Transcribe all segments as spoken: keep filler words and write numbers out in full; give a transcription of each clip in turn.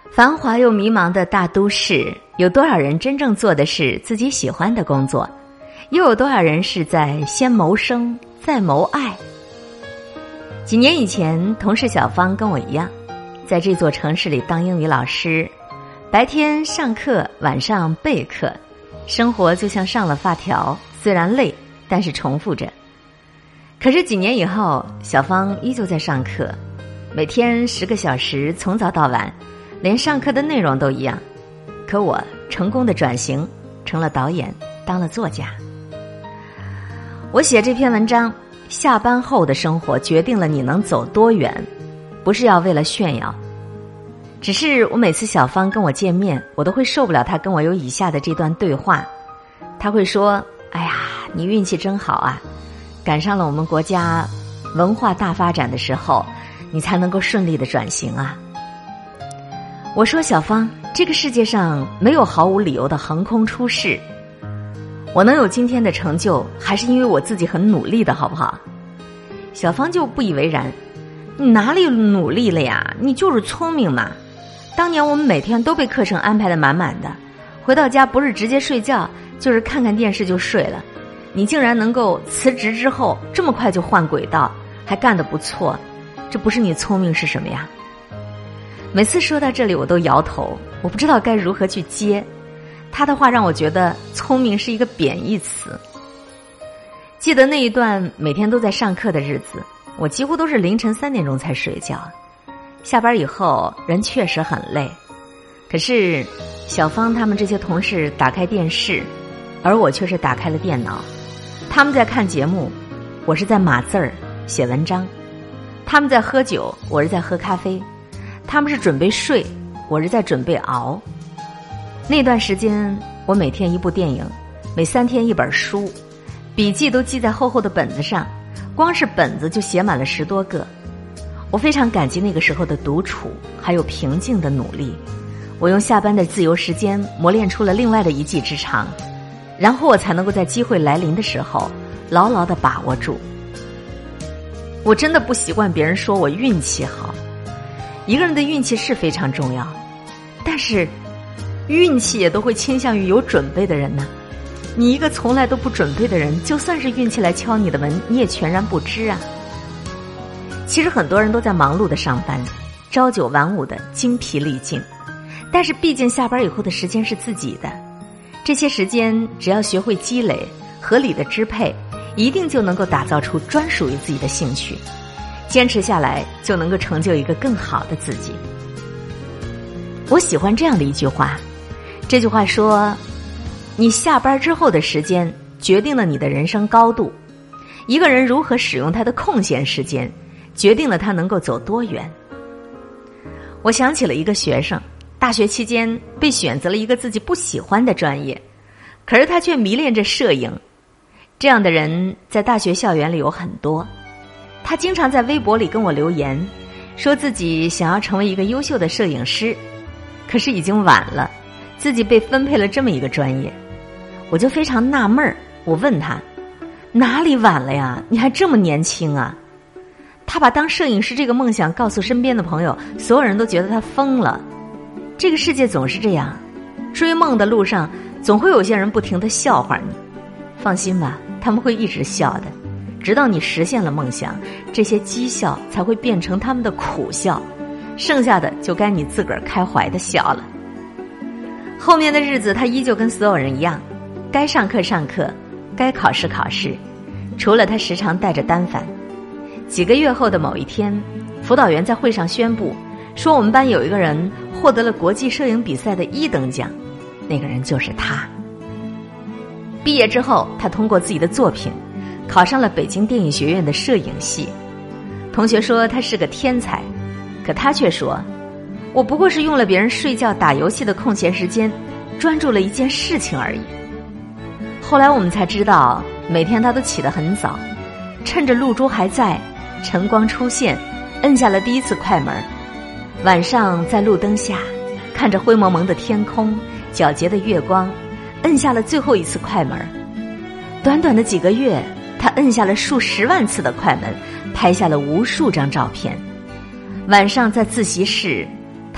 繁华又迷茫的大都市，有多少人真正做的是自己喜欢的工作？又有多少人是在先谋生，再谋爱？几年以前，同事小芳跟我一样，在这座城市里当英语老师，白天上课，晚上备课，生活就像上了发条，虽然累，但是重复着。可是几年以后，小芳依旧在上课，每天十个小时，从早到晚，连上课的内容都一样。可我成功的转型，成了导演，当了作家。我写这篇文章，下班后的生活决定了你能走多远，不是要为了炫耀。只是我每次小芳跟我见面，我都会受不了她跟我有以下的这段对话。她会说，哎呀，你运气真好啊，赶上了我们国家文化大发展的时候，你才能够顺利的转型啊。我说，小芳，这个世界上没有毫无理由的横空出世，我能有今天的成就，还是因为我自己很努力的，好不好？小芳就不以为然，你哪里努力了呀？你就是聪明嘛。当年我们每天都被课程安排得满满的，回到家不是直接睡觉，就是看看电视就睡了。你竟然能够辞职之后这么快就换轨道，还干得不错，这不是你聪明是什么呀？每次说到这里我都摇头，我不知道该如何去接。他的话让我觉得聪明是一个贬义词。记得那一段每天都在上课的日子，我几乎都是凌晨三点钟才睡觉。下班以后人确实很累，可是小芳他们这些同事打开电视，而我却是打开了电脑。他们在看节目，我是在码字儿写文章。他们在喝酒，我是在喝咖啡。他们是准备睡，我是在准备熬。那段时间我每天一部电影，每三天一本书，笔记都记在厚厚的本子上，光是本子就写满了十多个。我非常感激那个时候的独处，还有平静的努力。我用下班的自由时间磨练出了另外的一技之长，然后我才能够在机会来临的时候牢牢地把握住。我真的不习惯别人说我运气好，一个人的运气是非常重要，但是运气也都会倾向于有准备的人呢。你一个从来都不准备的人，就算是运气来敲你的门，你也全然不知啊。其实很多人都在忙碌的上班，朝九晚五的精疲力尽，但是毕竟下班以后的时间是自己的，这些时间只要学会积累，合理的支配，一定就能够打造出专属于自己的兴趣，坚持下来就能够成就一个更好的自己。我喜欢这样的一句话，这句话说，你下班之后的时间决定了你的人生高度，一个人如何使用他的空闲时间，决定了他能够走多远。我想起了一个学生，大学期间被选择了一个自己不喜欢的专业，可是他却迷恋着摄影。这样的人在大学校园里有很多，他经常在微博里跟我留言，说自己想要成为一个优秀的摄影师，可是已经晚了，自己被分配了这么一个专业。我就非常纳闷儿，我问他，哪里晚了呀？你还这么年轻啊？他把当摄影师这个梦想告诉身边的朋友，所有人都觉得他疯了。这个世界总是这样，追梦的路上总会有些人不停地笑话你。放心吧，他们会一直笑的，直到你实现了梦想，这些讥笑才会变成他们的苦笑，剩下的就该你自个儿开怀的笑了。后面的日子他依旧跟所有人一样，该上课上课，该考试考试，除了他时常带着单反。几个月后的某一天，辅导员在会上宣布说，我们班有一个人获得了国际摄影比赛的一等奖，那个人就是他。毕业之后，他通过自己的作品考上了北京电影学院的摄影系。同学说他是个天才，可他却说，我不过是用了别人睡觉打游戏的空闲时间，专注了一件事情而已。后来我们才知道，每天他都起得很早，趁着露珠还在，晨光出现，摁下了第一次快门。晚上在路灯下，看着灰蒙蒙的天空，皎洁的月光，摁下了最后一次快门。短短的几个月，他摁下了数十万次的快门，拍下了无数张照片。晚上在自习室，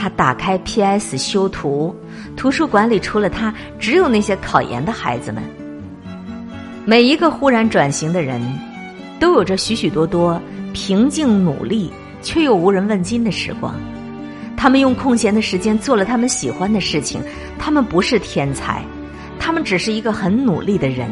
他打开 P S 修图，图书馆里除了他，只有那些考研的孩子们。每一个忽然转型的人，都有着许许多多平静努力却又无人问津的时光。他们用空闲的时间做了他们喜欢的事情，他们不是天才，他们只是一个很努力的人。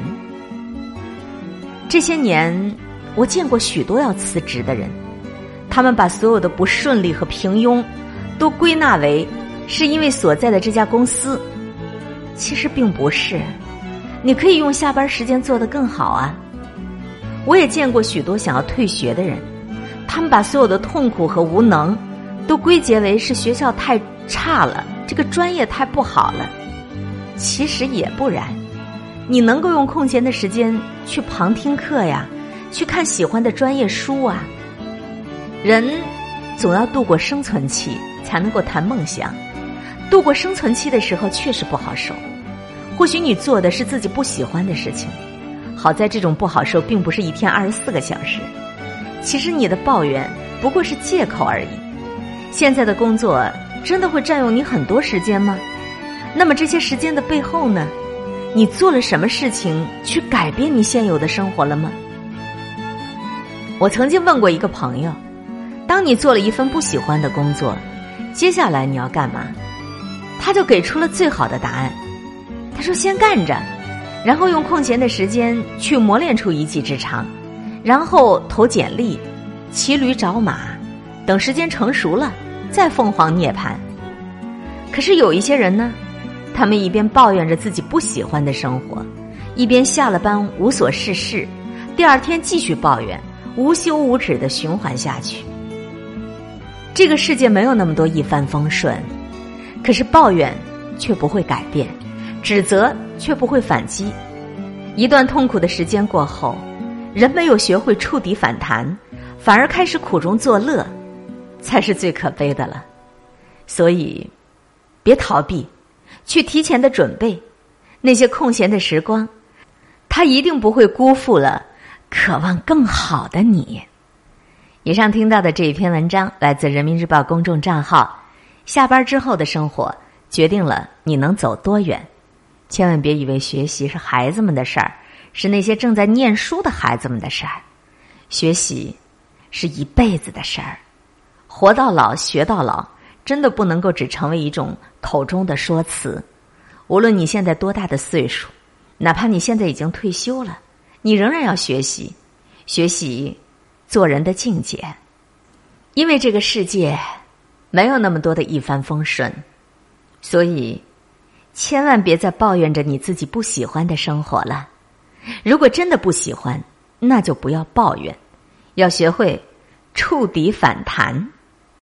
这些年，我见过许多要辞职的人，他们把所有的不顺利和平庸都归纳为是因为所在的这家公司。其实并不是，你可以用下班时间做得更好啊。我也见过许多想要退学的人，他们把所有的痛苦和无能都归结为是学校太差了，这个专业太不好了。其实也不然，你能够用空闲的时间去旁听课呀，去看喜欢的专业书啊。人总要度过生存期才能够谈梦想，度过生存期的时候确实不好受。或许你做的是自己不喜欢的事情，好在这种不好受并不是一天二十四个小时。其实你的抱怨不过是借口而已。现在的工作真的会占用你很多时间吗？那么这些时间的背后呢？你做了什么事情去改变你现有的生活了吗？我曾经问过一个朋友，当你做了一份不喜欢的工作，接下来你要干嘛？他就给出了最好的答案。他说先干着，然后用空闲的时间去磨练出一技之长，然后投简历，骑驴找马，等时间成熟了再凤凰涅槃。可是有一些人呢，他们一边抱怨着自己不喜欢的生活，一边下了班无所事事，第二天继续抱怨，无休无止的循环下去。这个世界没有那么多一帆风顺，可是抱怨却不会改变，指责却不会反击。一段痛苦的时间过后，人没有学会触底反弹，反而开始苦中作乐，才是最可悲的了。所以别逃避，去提前的准备那些空闲的时光，它一定不会辜负了渴望更好的你。以上听到的这一篇文章来自人民日报公众账号，下班之后的生活决定了你能走多远。千万别以为学习是孩子们的事儿，是那些正在念书的孩子们的事儿。学习是一辈子的事儿，活到老学到老，真的不能够只成为一种口中的说辞。无论你现在多大的岁数，哪怕你现在已经退休了，你仍然要学习，学习做人的境界。因为这个世界没有那么多的一帆风顺，所以千万别再抱怨着你自己不喜欢的生活了。如果真的不喜欢，那就不要抱怨，要学会触底反弹。